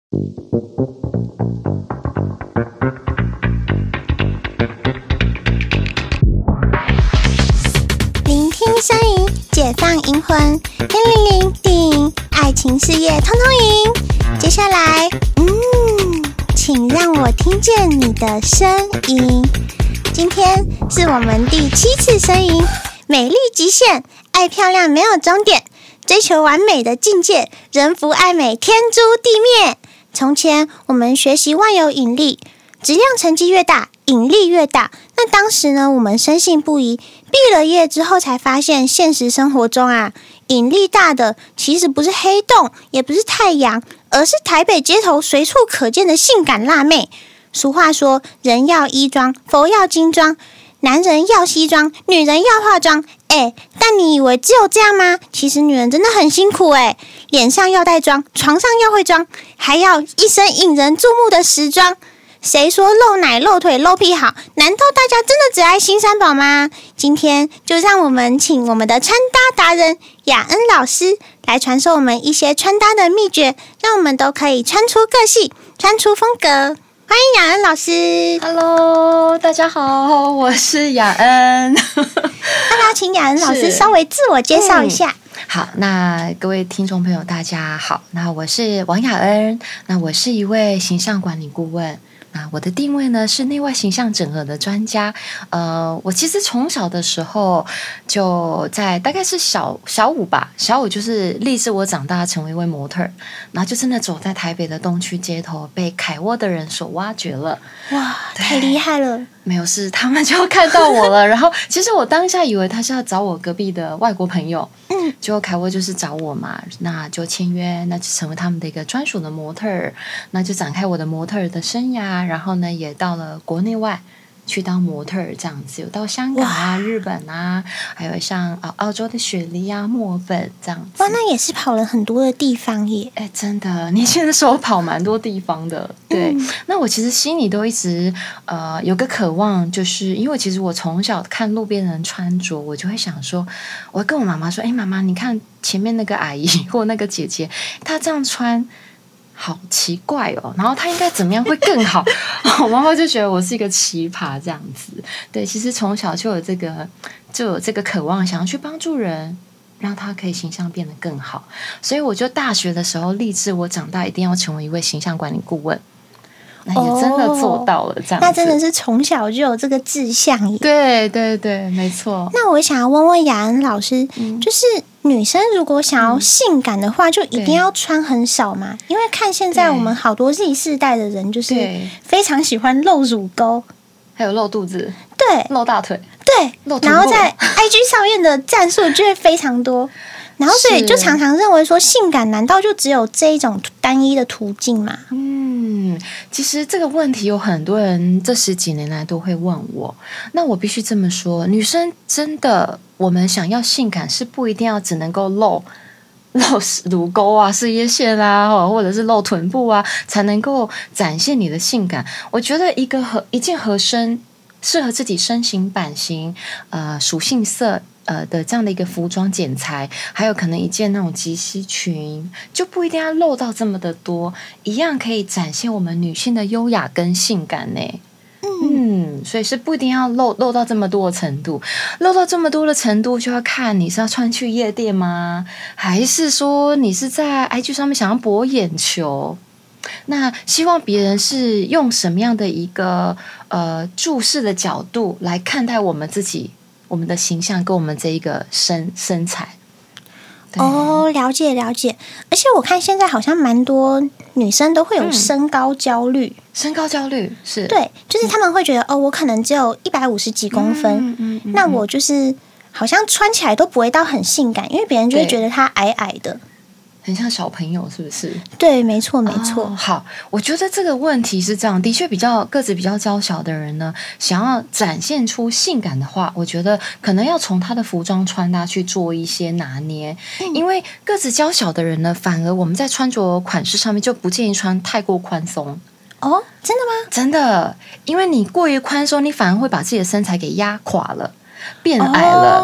聆听声音，解放银魂，000定，爱情事业通通赢。接下来，请让我听见你的声音。今天是我们第7次声音，美丽极限，爱漂亮没有终点，追求完美的境界，人福爱美，天诛地灭。从前我们学习万有引力，质量成绩越大，引力越大。那当时呢，我们深信不疑，毕了业之后才发现，现实生活中啊，引力大的其实不是黑洞，也不是太阳，而是台北街头随处可见的性感辣妹。俗话说，人要衣装，佛要金装，男人要西装，女人要化妆。但你以为只有这样吗？其实女人真的很辛苦脸上要带妆，床上要会装，还要一身引人注目的时装。谁说露奶露腿露屁好？难道大家真的只爱新三宝吗？今天就让我们请我们的穿搭达人雅恩老师来传授我们一些穿搭的秘诀，让我们都可以穿出个性，穿出风格。欢迎雅恩老师。 Hello， 大家好，我是雅恩。 要不要请雅恩老师稍微自我介绍一下？ 好，那各位听众朋友大家好，那我是王雅恩，那我是一位形象管理顾问。那我的定位呢是内外形象整合的专家。我其实从小的时候就在大概是小五吧，小五就是立志我长大成为一位模特儿，然后就真的走在台北的东区街头，被凯沃的人所挖掘了。 哇，太厉害了！ 没有事，他们就看到我了。然后其实我当下以为他是要找我隔壁的外国朋友，结果凯沃就是找我嘛，那就签约，那就成为他们的一个专属的模特儿，那就展开我的模特儿的生涯。然后呢，也到了国内外去当模特儿这样子，有到香港啊、日本啊，还有像澳洲的雪梨啊、墨尔本这样子。 哇，那也是跑了很多的地方耶！ 真的，年轻的时候跑蛮多地方的。对，那我其实心里都一直有个渴望，就是因为其实我从小看路边人穿着，我就会想说，我会跟我妈妈说：“妈妈，你看前面那个阿姨或那个姐姐，她这样穿。”好奇怪哦，然后他应该怎么样会更好？我妈妈就觉得我是一个奇葩这样子。对，其实从小就有这个渴望，想要去帮助人，让他可以形象变得更好。所以我就大学的时候立志，我长大一定要成为一位形象管理顾问。那也真的做到了，这样子。 那真的是从小就有这个志向耶。 对对对，没错。 那我想要问问雅恩老师，就是女生如果想要性感的话，就一定要穿很少嘛？因为看现在我们好多Z世代的人，就是非常喜欢露乳沟， 还有露肚子， 对， 露大腿， 对，然后在 IG 上面的战术就会非常多。然后所以就常常认为说，性感难道就只有这一种单一的途径吗？ 其实这个问题有很多人这10几年来都会问我。那我必须这么说，女生真的，我们想要性感是不一定要只能够露乳沟啊、事业线啊，或者是露臀部啊，才能够展现你的性感。我觉得一件合身、适合自己身形、版型、属性色。的这样的一个服装剪裁，还有可能一件那种及膝裙，就不一定要露到这么的多，一样可以展现我们女性的优雅跟性感呢。所以是不一定要露到这么多的程度，露到这么多的程度就要看你是要穿去夜店吗，还是说你是在 IG 上面想要博眼球？那希望别人是用什么样的一个注视的角度来看待我们自己？我们的形象跟我们这一个身材。 了解了解。而且我看现在好像蛮多女生都会有身高焦虑。 身高焦虑是对，就是他们会觉得我可能只有150几公分，那我就是好像穿起来都不会到很性感，因为别人就会觉得他矮矮的。 很像小朋友，是不是？ 对，没错没错。 好，我觉得这个问题是这样，的确个子比较娇小的人呢，想要展现出性感的话，我觉得可能要从他的服装穿搭去做一些拿捏。因为个子娇小的人呢，反而我们在穿着款式上面就不建议穿太过宽松。 真的吗？ 真的，因为你过于宽松，你反而会把自己的身材给压垮了，变矮了。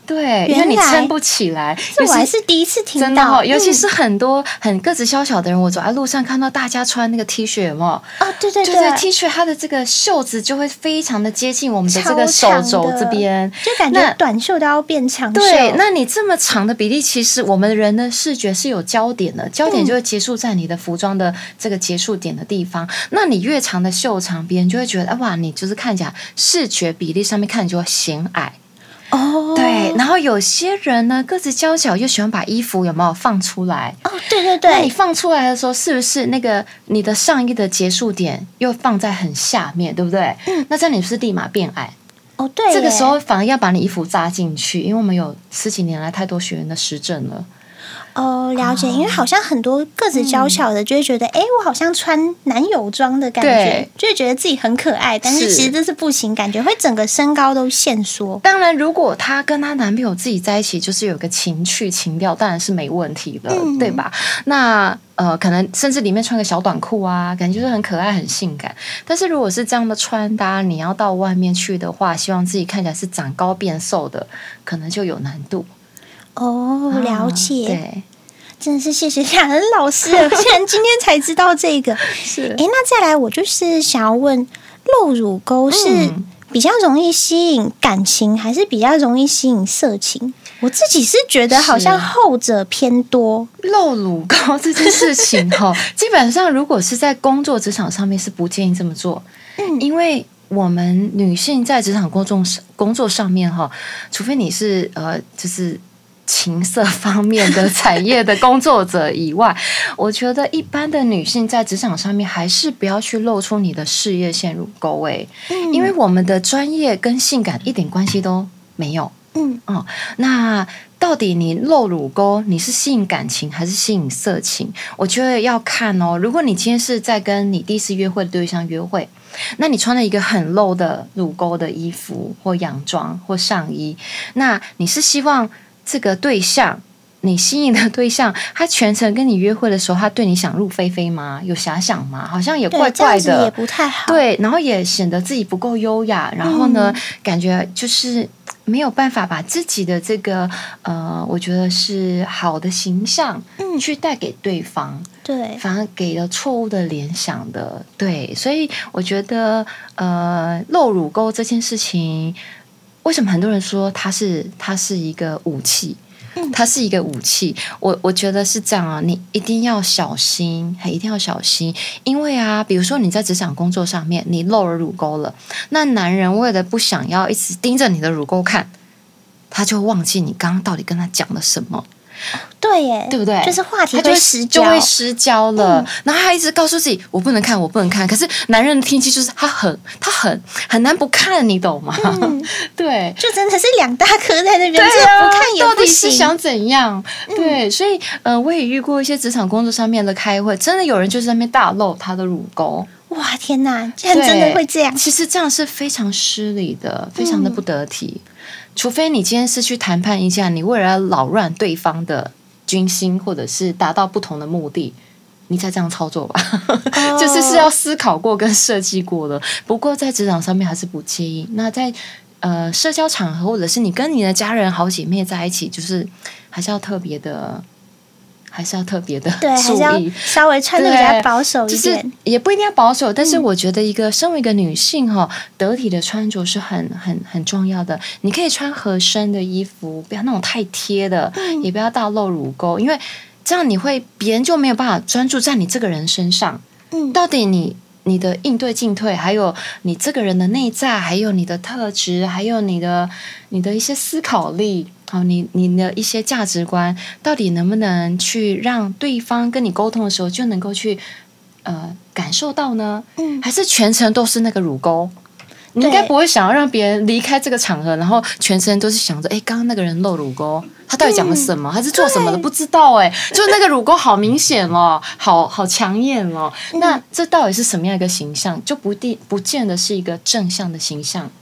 对，因为你撑不起来。 这我还是第一次听到， 真的哦，尤其是很多很个子小小的人，我走在路上看到大家穿那个 T 恤，有没有？ 哦，对对对， 就是 T 恤它的这个袖子就会非常的接近我们的这个手肘这边， 就感觉短袖都要变长袖。 对，那你这么长的比例，其实我们人的视觉是有焦点的，焦点就会结束在你的服装的这个结束点的地方。那你越长的袖长，别人就会觉得哇，你就是看起来视觉比例上面看就会显矮。 哦， 对，然后有些人呢个子娇小，又喜欢把衣服有没有放出来？ 哦，对对对， 那你放出来的时候，是不是那个你的上衣的结束点又放在很下面，对不对？那这样你是不是立马变矮？ 哦，对， 这个时候反而要把你衣服扎进去，因为我们有10几年来太多学员的实证了。 哦，了解，因为好像很多个子娇小的就会觉得，我好像穿男友装的感觉，就会觉得自己很可爱，但是其实这是不行，感觉会整个身高都限缩。 当然，如果她跟她男朋友自己在一起，就是有个情趣情调，当然是没问题的，对吧？那可能甚至里面穿个小短裤啊，感觉就是很可爱、很性感。但是如果是这样的穿搭，你要到外面去的话，希望自己看起来是长高变瘦的，可能就有难度。 哦，了解。 对， 真的是谢谢雅恩老师，我竟然今天才知道这个。 是， 那再来，我就是想要问，露乳沟是比较容易吸引感情，还是比较容易吸引色情？我自己是觉得好像后者偏多。 露乳沟这件事情基本上如果是在工作职场上面是不建议这么做，因为我们女性在职场工作上面除非你是就是情色方面的产业的工作者以外，我觉得一般的女性在职场上面还是不要去露出你的事业线乳沟因为我们的专业跟性感一点关系都没有。那到底你露乳沟，你是吸引感情还是吸引色情？我觉得要看哦。如果你今天是在跟你第一次约会的对象约会，那你穿了一个很露的乳沟的衣服或洋装或上衣，那你是希望这个对象，你吸引的对象，他全程跟你约会的时候，他对你想入非非吗？有遐想吗？好像也怪怪的， 这样子也不太好。 对，然后也显得自己不够优雅，然后呢，感觉就是没有办法把自己的这个我觉得是好的形象去带给对方， 对， 反而给了错误的联想的。对，所以我觉得露乳沟这件事情，为什么很多人说它是一个武器？它是一个武器，我觉得是这样啊，你一定要小心，一定要小心，因为啊，比如说你在职场工作上面，你露了乳沟了，那男人为了不想要一直盯着你的乳沟看，他就忘记你刚刚到底跟他讲了什么。 对耶， 对不对？ 就是话题会失焦， 就会失焦了。然后他一直告诉自己我不能看，我不能看。可是男人的天机就是他很难不看，你懂吗？对， 就真的是两大颗在那边， 对不看也不行。 到底是想怎样？对，所以我也遇过一些职场工作上面的开会，真的有人就是在那边大露他的乳沟。 哇，天哪，竟然真的会这样！ 其实这样是非常失礼的，非常的不得体。除非你今天是去谈判一下，你为了要扰乱对方的军心，或者是达到不同的目的，你再这样操作吧。就是要思考过跟设计过的。不过在职场上面还是不介意。那在社交场合，或者是你跟你的家人好姐妹在一起，就是还是要特别的。 对，还是要稍微穿的比较保守一点， 就是也不一定要保守，但是我觉得身为一个女性得体的穿着是很重要的。你可以穿合身的衣服，不要那种太贴的，也不要大露乳沟，因为这样别人就没有办法专注在你这个人身上。到底你的应对进退，还有你这个人的内在，还有你的特质，还有你的一些思考力，你的一些价值观，到底能不能去让对方跟你沟通的时候就能够去感受到呢？还是全程都是那个乳沟？你应该不会想要让别人离开这个场合，然后全程都是想着，刚刚那个人露乳沟，他到底讲了什么？他是做什么的？不知道就那个乳沟好明显哦，好抢眼哦。那这到底是什么样一个形象？就不见得是一个正向的形象。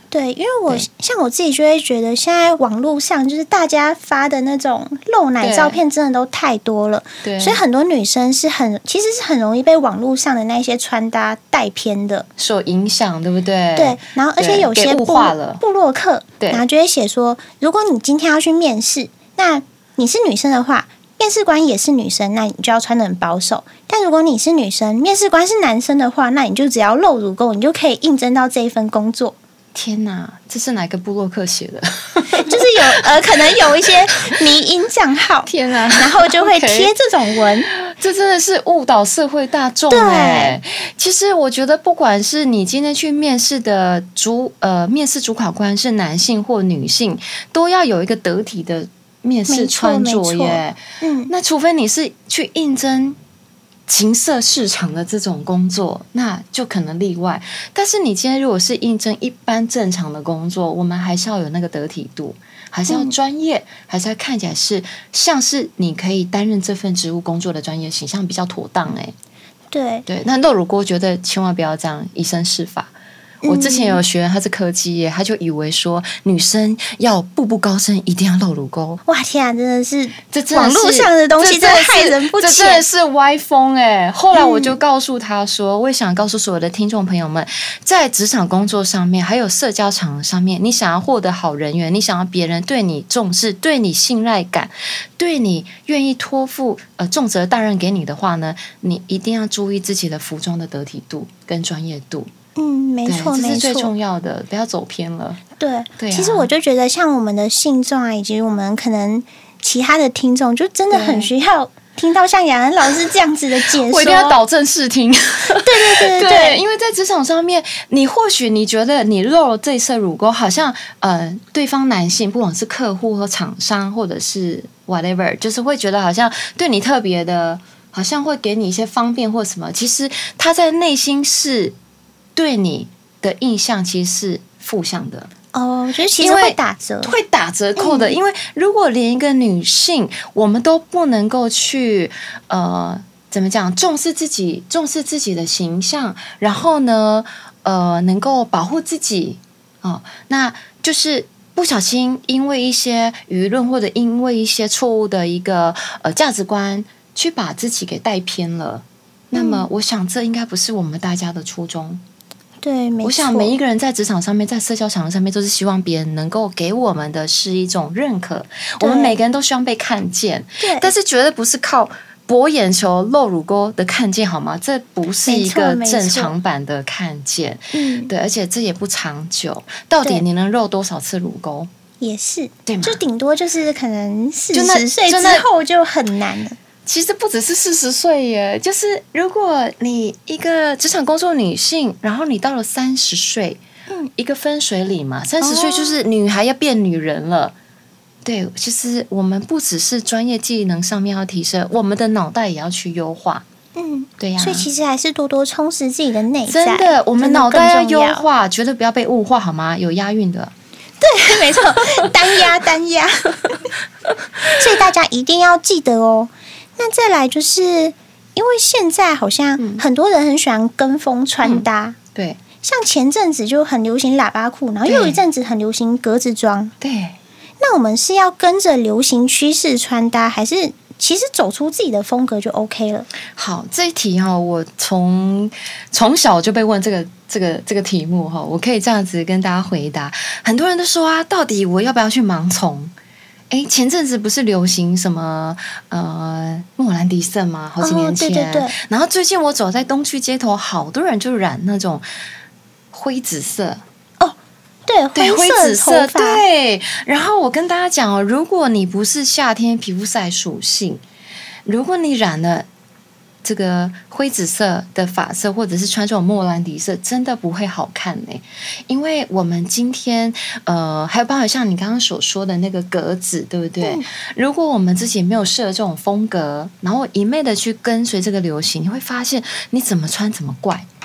对，因为像我自己就会觉得，现在网络上就是大家发的那种露奶照片，真的都太多了。对，所以很多女生其实是很容易被网络上的那些穿搭带偏的， 受影响，对不对？ 对，然后而且有些部落客，然后就会写说，如果你今天要去面试，那你是女生的话，面试官也是女生，那你就要穿得很保守。但如果你是女生，面试官是男生的话，那你就只要露乳沟，你就可以应征到这一份工作。 天哪，这是哪个部落客写的？ 就是可能有一些迷因账号， 天哪， 然后就会贴这种文， 这真的是误导社会大众哎。其实我觉得，不管是你今天去面试的面试主考官是男性或女性，都要有一个得体的面试穿着耶。那除非你是去应征情色市场的这种工作，那就可能例外。但是你今天如果是应征一般正常的工作，我们还是要有那个得体度，还是要专业，还是要看起来是像是你可以担任这份职务工作的专业形象比较妥当哎。对，那露乳沟觉得千万不要这样以身试法。我之前有学员，他是科技业，他就以为说女生要步步高升，一定要露乳沟。 哇天啊，真的是网络上的东西，真的害人不浅， 这真的是歪风哎。后来我就告诉他说，我也想告诉所有的听众朋友们，在职场工作上面，还有社交场合上面，你想要获得好人缘，你想要别人对你重视，对你信赖感，对你愿意托付重责大任给你的话呢，你一定要注意自己的服装的得体度跟专业度。 没错， 这是最重要的，不要走偏了。对， 其实我就觉得，像我们的信众啊，以及我们可能其他的听众，就真的很需要听到像雅恩老师这样子的解说。 我一定要导正视听。 对， 因为在职场上面，你或许你觉得你露了这一侧乳沟，好像对方男性，不管是客户或厂商，或者是 whatever， 就是会觉得好像对你特别的，好像会给你一些方便或什么。其实他在内心是对你的印象其实是负向的就是其实会打折扣的。因为如果连一个女性，我们都不能够去怎么讲，重视自己的形象，然后呢能够保护自己那就是不小心因为一些舆论或者因为一些错误的一个价值观，去把自己给带偏了。那么我想这应该不是我们大家的初衷。 对，没错。 我想每一个人在职场上面，在社交场合上面，都是希望别人能够给我们的是一种认可。我们每个人都希望被看见，但是绝对不是靠博眼球、露乳沟的看见，好吗？这不是一个正常版的看见。对，而且这也不长久。到底你能露多少次乳沟？ 也是， 对吗？ 就顶多就是可能40岁之后就很难了。 其实不只是40岁耶，就是如果你一个职场工作女性，然后你到了30岁，一个分水岭嘛，30岁就是女孩要变女人了。对，其实我们不只是专业技能上面要提升，我们的脑袋也要去优化。对呀， 所以其实还是多多充实自己的内在。 真的，我们脑袋要优化，绝对不要被物化，好吗？有押韵的。 对，没错，单押。所以大家一定要记得哦。那再来就是，因为现在好像很多人很喜欢跟风穿搭， 对， 像前阵子就很流行喇叭裤，然后又有一阵子很流行格子装， 对。 那我们是要跟着流行趋势穿搭，还是其实走出自己的风格就 OK 了？ 好，这一题我从小就被问这个题目我可以这样子跟大家回答。很多人都说啊，到底我要不要去盲从？前阵子不是流行什么莫兰迪色吗？好几年前， 对。 然后最近我走在东区街头，好多人就染那种灰紫色。 对，灰紫色， 头发。 对。然后我跟大家讲如果你不是夏天皮肤晒属性，如果你染了这个灰紫色的发色，或者是穿这种莫兰迪色，真的不会好看呢。因为我们今天还有包括像你刚刚所说的那个格子，对不对？如果我们自己没有适合这种风格，然后一昧的去跟随这个流行，你会发现你怎么穿怎么怪。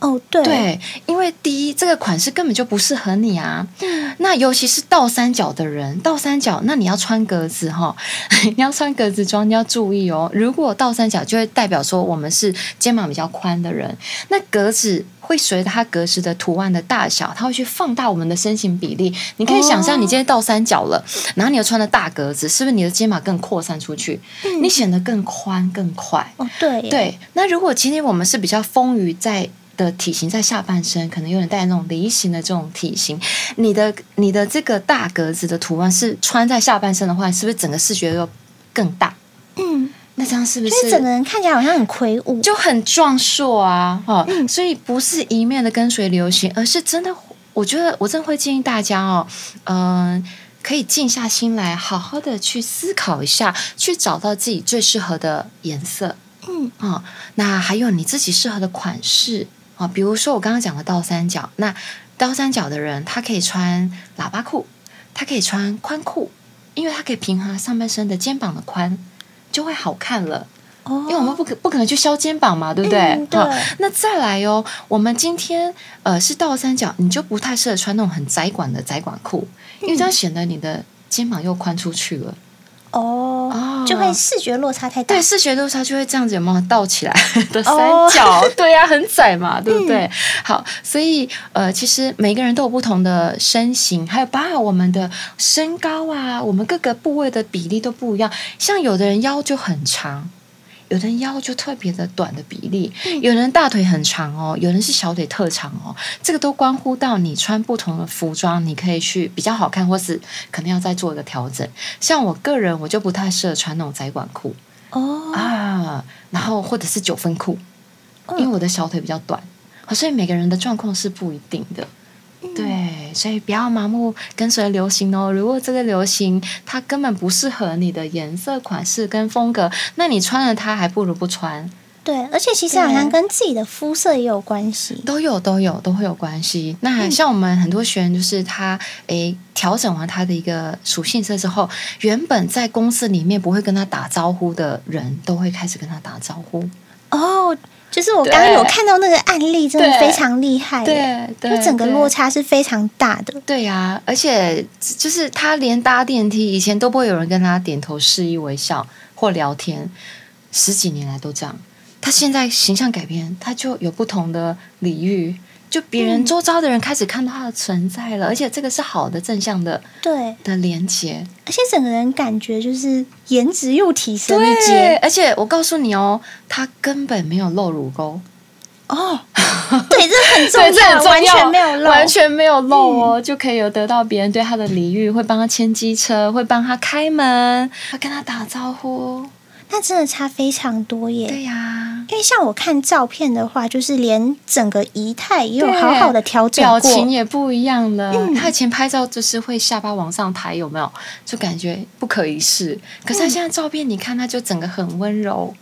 哦，对对，因为第一，这个款式根本就不适合你啊。那尤其是倒三角的人，倒三角，那你要穿格子哈，你要穿格子装，你要注意哦。如果倒三角，就会代表说我们是肩膀比较宽的人。那格子会随着它格子的图案的大小，它会去放大我们的身形比例。你可以想象，你今天倒三角了，然后你又穿了大格子，是不是你的肩膀更扩散出去？你显得更宽更快。 哦，对对。那如果今天我们是比较丰腴的体型，在下半身可能有点带那种梨形的这种体型，你的这个大格子的图案是穿在下半身的话，是不是整个视觉又更大？那这样是不是就是整个人看起来好像很魁梧， 就很壮硕啊？所以不是一面的跟随流行，而是真的，我觉得我真的会建议大家可以静下心来，好好的去思考一下，去找到自己最适合的颜色。那还有你自己适合的款式。比如说我刚刚讲的倒三角，那倒三角的人他可以穿喇叭裤，他可以穿宽裤，因为他可以平衡上半身的肩膀的宽，就会好看了。因为我们不可能去削肩膀嘛，对不对？ 对。 那再来我们今天是倒三角，你就不太适合穿那种很窄管的窄管裤，因为这样显得你的肩膀又宽出去了。 就会视觉落差太大。 对，视觉落差就会这样子，有没有倒起来的三角？对啊，很窄嘛，对不对？好，所以其实每个人都有不同的身形，还有包括我们的身高啊，我们各个部位的比例都不一样。像有的人腰就很长，有的人腰就特别的短的比例，有人大腿很长哦，有人是小腿特长哦，这个都关乎到你穿不同的服装，你可以去比较好看，或是可能要再做一个调整。像我个人，我就不太适合穿那种窄管裤然后或者是9分裤，因为我的小腿比较短，所以每个人的状况是不一定的。对，所以不要盲目跟随流行哦。如果这个流行它根本不适合你的颜色、款式跟风格，那你穿了它还不如不穿。 对，而且其实好像跟自己的肤色也有关系， 都会有关系。那像我们很多学员，就是他调整完他的一个属性色之后，原本在公司里面不会跟他打招呼的人，都会开始跟他打招呼。 就是我刚刚有看到那个案例，真的非常厉害， 对， 就整个落差是非常大的。 对啊，而且就是他连搭电梯，以前都不会有人跟他点头示意微笑或聊天，10几年来都这样。他现在形象改变，他就有不同的礼遇，就别人周遭的人开始看到他的存在了，而且这个是好的正向的连结， 而且整个人感觉就是颜值又提升一阶。 对，而且我告诉你他根本没有露乳沟。 对，这很重要，完全没有露就可以有得到别人对他的礼遇，会帮他牵机车，会帮他开门，会跟他打招呼。 那真的差非常多耶。 对呀， 因为像我看照片的话，就是连整个仪态也有好好的调整过， 表情也不一样了。他以前拍照就是会下巴往上抬，有没有？就感觉不可一世。可是他现在照片，你看他就整个很温柔。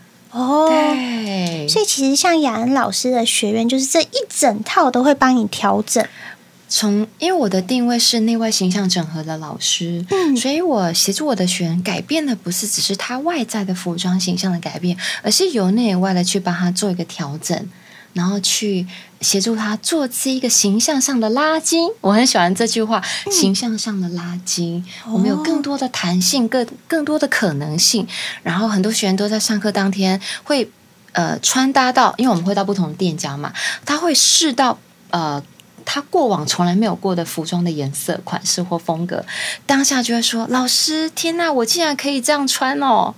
对， 所以其实像雅恩老师的学员，就是这一整套都会帮你调整。 因为我的定位是内外形象整合的老师，所以我协助我的学员改变的不是只是他外在的服装形象的改变，而是由内而外的去帮他做一个调整，然后去协助他做这一个形象上的拉筋。我很喜欢这句话，形象上的拉筋，我们有更多的弹性，更多的可能性。然后很多学员都在上课当天会穿搭到，因为我们会到不同的店家嘛，他会试到他过往从来没有过的服装的颜色、款式或风格，当下就会说：“老师，天哪，我竟然可以这样穿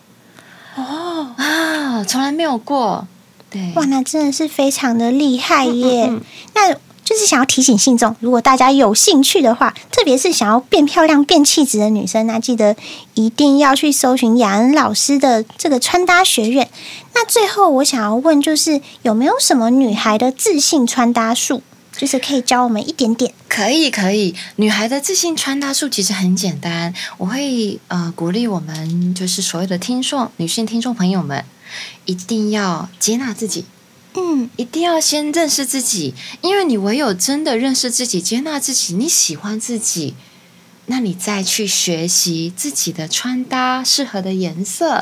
从来没有过。”对， 哇，那真的是非常的厉害耶！那就是想要提醒信众，如果大家有兴趣的话，特别是想要变漂亮、变气质的女生，那记得一定要去搜寻雅恩老师的这个穿搭学院。那最后我想要问，就是有没有什么女孩的自信穿搭术？就是可以教我们一点点。 可以，女孩的自信穿搭术其实很简单，我会鼓励我们就是所有的女性听众朋友们，一定要接纳自己，一定要先认识自己，因为你唯有真的认识自己、接纳自己，你喜欢自己，那你再去学习自己的穿搭适合的颜色、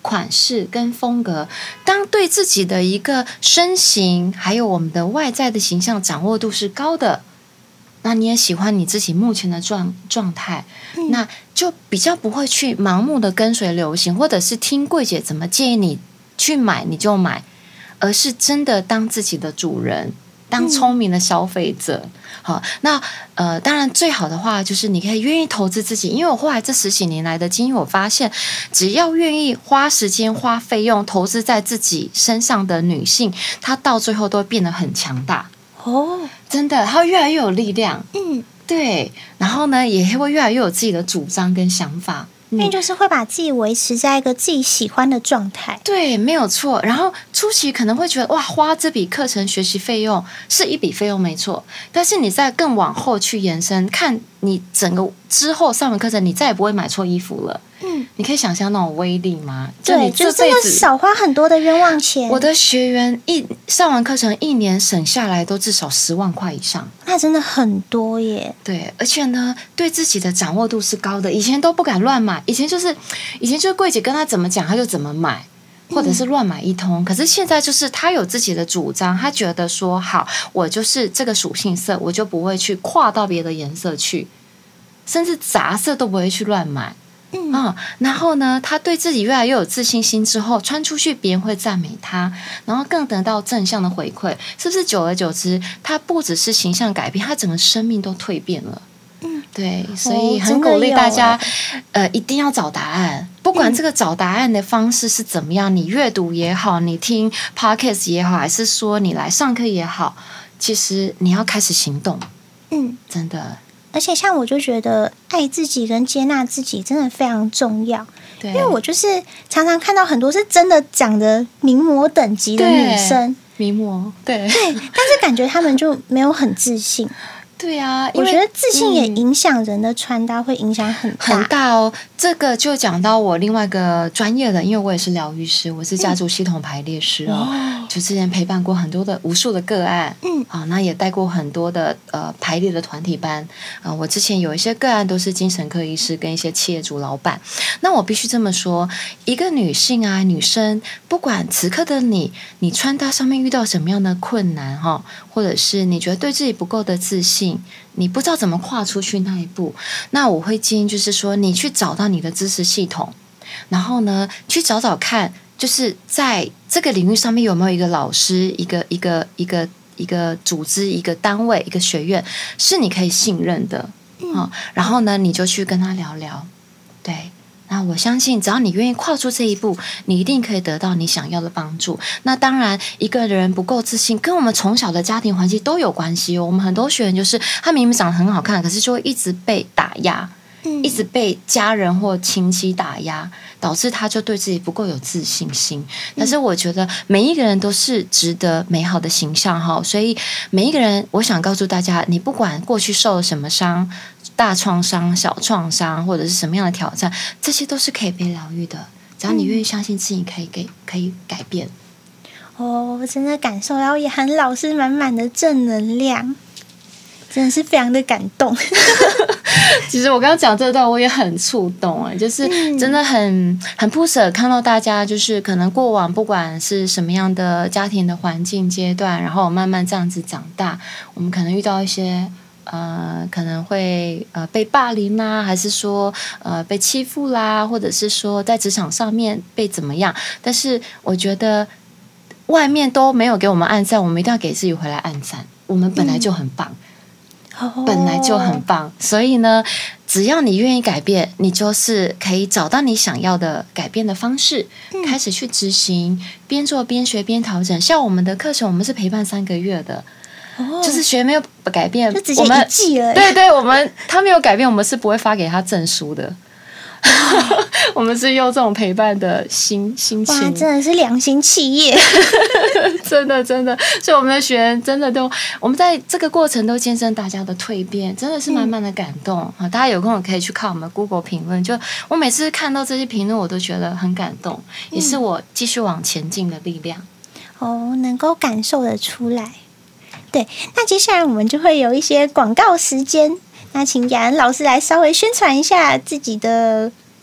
款式跟风格，当对自己的一个身形还有我们的外在的形象掌握度是高的，那你也喜欢你自己目前的状态，那就比较不会去盲目的跟随流行，或者是听柜姐怎么建议你去买你就买，而是真的当自己的主人，当聪明的消费者。好，那当然最好的话就是你可以愿意投资自己，因为我后来这10几年来的经验，我发现只要愿意花时间花费用投资在自己身上的女性，她到最后都会变得很强大哦，真的，她会越来越有力量，对，然后呢也会越来越有自己的主张跟想法， 因为就是会把自己维持在一个自己喜欢的状态。 对，没有错。然后初期可能会觉得哇，花这笔课程学习费用是一笔费用没错，但是你再更往后去延伸，看你整个之后上完课程，你再也不会买错衣服了。你可以想象那种威力吗？ 对，就真的少花很多的冤枉钱。 我的学员上完课程1年省下来都至少10万块以上， 那真的很多耶。 对，而且呢，对自己的掌握度是高的，以前都不敢乱买，以前就是柜姐跟他怎么讲他就怎么买，或者是乱买一通。可是现在就是他有自己的主张，他觉得说好，我就是这个属性色，我就不会去跨到别的颜色去，甚至杂色都不会去乱买。然后呢，他对自己越来越有自信心之后，穿出去别人会赞美他，然后更得到正向的回馈，是不是久而久之，他不只是形象改变，他整个生命都蜕变了。对，所以很鼓励大家，一定要找答案，不管这个找答案的方式是怎么样，你阅读也好，你听 podcast 也好，还是说你来上课也好，其实你要开始行动。真的。 而且像我就觉得爱自己跟接纳自己真的非常重要，因为我就是常常看到很多是真的长得名模等级的女生， 名模，对， 但是感觉她们就没有很自信。 对啊， 我觉得自信也影响人的穿搭，会影响很大哦。这个就讲到我另外一个专业的，因为我也是疗愈师，我是家族系统排列师就之前陪伴过很多的无数的个案，那也带过很多的排列的团体班我之前有一些个案都是精神科医师跟一些企业主老板。那我必须这么说，一个女性啊，女生，不管此刻的你穿搭上面遇到什么样的困难或者是你觉得对自己不够的自信，你不知道怎么跨出去那一步，那我会建议就是说，你去找到你的知识系统，然后呢，去找找看，就是在这个领域上面有没有一个老师、一个组织、一个单位、一个学院是你可以信任的然后呢，你就去跟他聊聊，对。那我相信只要你愿意跨出这一步，你一定可以得到你想要的帮助。那当然一个人不够自信跟我们从小的家庭环境都有关系我们很多学员就是他明明长得很好看，可是就会一直被打压一直被家人或亲戚打压，导致他就对自己不够有自信心。但是我觉得每一个人都是值得美好的形象所以每一个人，我想告诉大家，你不管过去受了什么伤，大创伤、小创伤，或者是什么样的挑战，这些都是可以被疗愈的。只要你愿意相信自己可以改变。 我真的感受到叶涵老师满满的正能量，真的是非常的感动。 其实我刚刚讲这段我也很触动就是真的很不舍看到大家就是可能过往不管是什么样的家庭的环境阶段，然后慢慢这样子长大，我们可能遇到一些可能会被霸凌啦，还是说被欺负啦，或者是说在职场上面被怎么样，但是我觉得外面都没有给我们按赞，我们一定要给自己回来按赞，我们本来就很棒本来就很棒，所以呢，只要你愿意改变，你就是可以找到你想要的改变的方式，开始去执行，边做边学边调整。像我们的课程，我们是陪伴3个月的，就是学没有改变， 就直接一季了。 对，他没有改变，我们是不会发给他证书的。我们是用这种陪伴的心情， 哇，真的是良心企业。 真的，所以我们的学员真的都，我们在这个过程都见证大家的蜕变，真的是满满的感动大家有空可以去看我们 Google 评论，就我每次看到这些评论，我都觉得很感动，也是我继续往前进的力量。 能够感受得出来。对，那接下来我们就会有一些广告时间，那请雅恩老师来稍微宣传一下自己的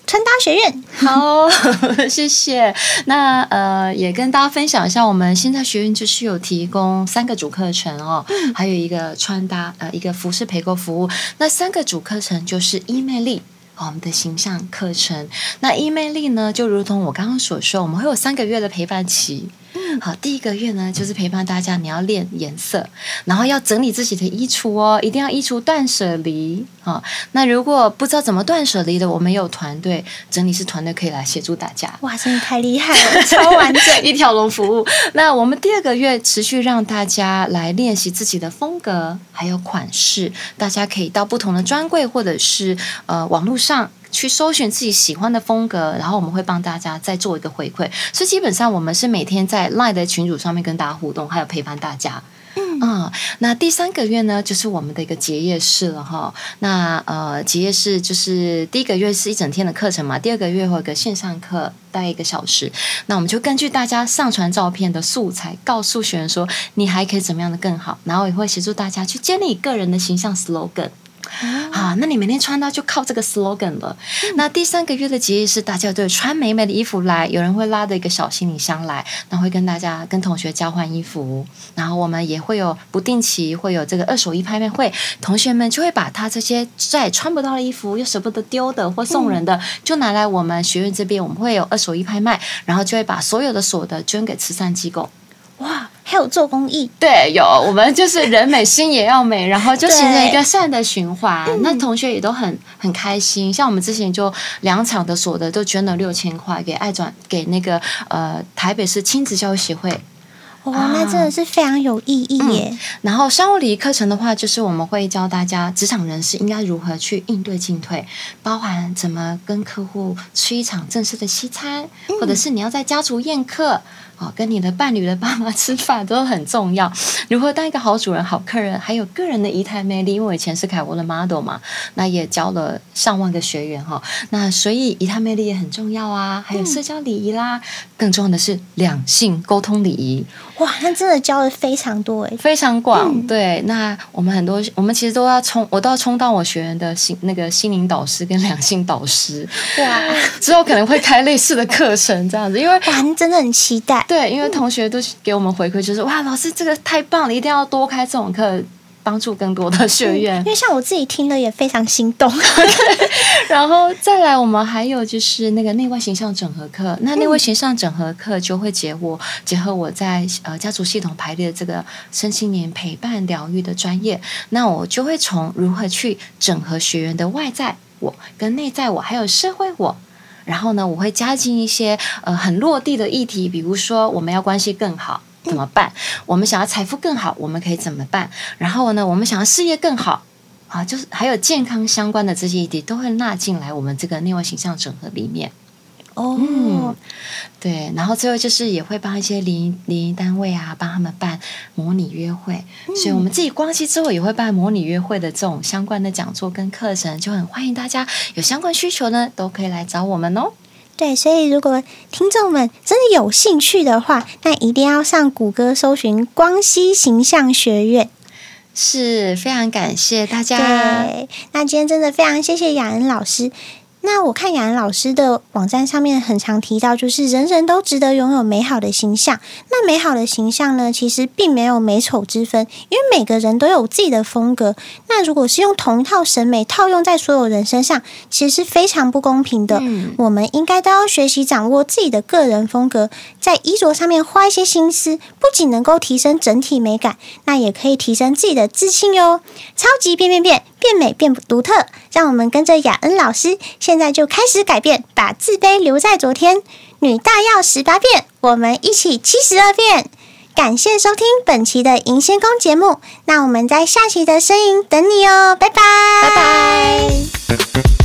穿搭学院。 好，谢谢。那也跟大家分享一下，我们现在学院就是有提供3个主课程哦，还有一个穿搭一个服饰陪购服务。那3个主课程就是医美力。我们的形象课程，那医美力呢，就如同我刚刚所说，我们会有3个月的陪伴期。好，第1个月呢，就是陪伴大家，你要练颜色，然后要整理自己的衣橱哦，一定要衣橱断舍离。好，那如果不知道怎么断舍离的，我们有团队整理师团队可以来协助大家。 哇，真的太厉害了，超完整， 一条龙服务。那我们第2个月持续让大家来练习自己的风格，还有款式，大家可以到不同的专柜或者是网络上去搜寻自己喜欢的风格，然后我们会帮大家再做一个回馈。所以基本上我们是每天在 LINE 的群组上面跟大家互动，还有陪伴大家。那第3个月呢，就是我们的一个结业式了哈。那结业式就是第1个月是一整天的课程嘛，第2个月会有个线上课，大概1个小时。那我们就根据大家上传照片的素材，告诉学员说你还可以怎么样的更好，然后也会协助大家去建立个人的形象 slogan。好，那你每天穿搭就靠这个 slogan 了。那第3个月的结业是大家都有穿美美的衣服来，有人会拉着一个小行李箱来，然后会跟大家跟同学交换衣服，然后我们也会有不定期会有这个2手衣拍卖会，同学们就会把他这些再也穿不到的衣服又舍不得丢的或送人的，就拿来我们学院这边，我们会有2手衣拍卖，然后就会把所有的所得捐给慈善机构。 哇，还有做公益。 对，有，我们就是人美心也要美，然后就形成一个善的循环。那同学也都很开心，像我们之前就2场的所得都捐了6000块给那个台北市亲子教育协会。 哇，那真的是非常有意义耶。 然后商务礼仪课程的话，就是我们会教大家职场人士应该如何去应对进退，包含怎么跟客户吃一场正式的西餐，或者是你要在家族宴客。跟你的伴侣的爸妈吃饭都很重要，如何当一个好主人、好客人，还有个人的仪态魅力。因为我以前是凯沃的 model 嘛，那也教了上万个学员哈，那所以仪态魅力也很重要啊，还有社交礼仪啦，更重要的是两性沟通礼仪。 哇，那真的教的非常多哎， 非常广。对，那我们其实我都要充当我学员的那个心灵导师跟两性导师。 哇， 之后可能会开类似的课程这样子，因为哇，你真的很期待。 对，因为同学都给我们回馈，就是哇，老师这个太棒了，一定要多开这种课，帮助更多的学员。 因为像我自己听了也非常心动。 然后再来，我们还有就是那个内外形象整合课。那内外形象整合课就会结合我在家族系统排列的这个身心灵陪伴疗愈的专业。那我就会从如何去整合学员的外在我跟内在我，还有社会我。然后呢，我会加进一些很落地的议题，比如说我们要关系更好怎么办？我们想要财富更好，我们可以怎么办？然后呢，我们想要事业更好啊，就是还有健康相关的这些议题都会纳进来我们这个内外形象整合里面。对，然后最后就是也会帮一些联谊单位啊，帮他们办模拟约会，所以我们自己光熙之后也会办模拟约会的这种相关的讲座跟课程，就很欢迎大家有相关需求呢，都可以来找我们哦。 对，所以如果听众们真的有兴趣的话，那一定要上谷歌搜寻光熙形象学院。 是，非常感谢大家。 对，那今天真的非常谢谢雅恩老师。那我看雅恩老师的网站上面很常提到，就是人人都值得拥有美好的形象。那美好的形象呢，其实并没有美丑之分，因为每个人都有自己的风格。那如果是用同一套审美套用在所有人身上，其实是非常不公平的。我们应该都要学习掌握自己的个人风格，在衣着上面花一些心思，不仅能够提升整体美感，那也可以提升自己的自信哟。超级变美变独特，让我们跟着雅恩老师现在就开始改变，把自卑留在昨天。女大要18变，我们一起72变。感谢收听本期的银仙宫节目，那我们在下期的声音等你哦，拜拜， 拜拜。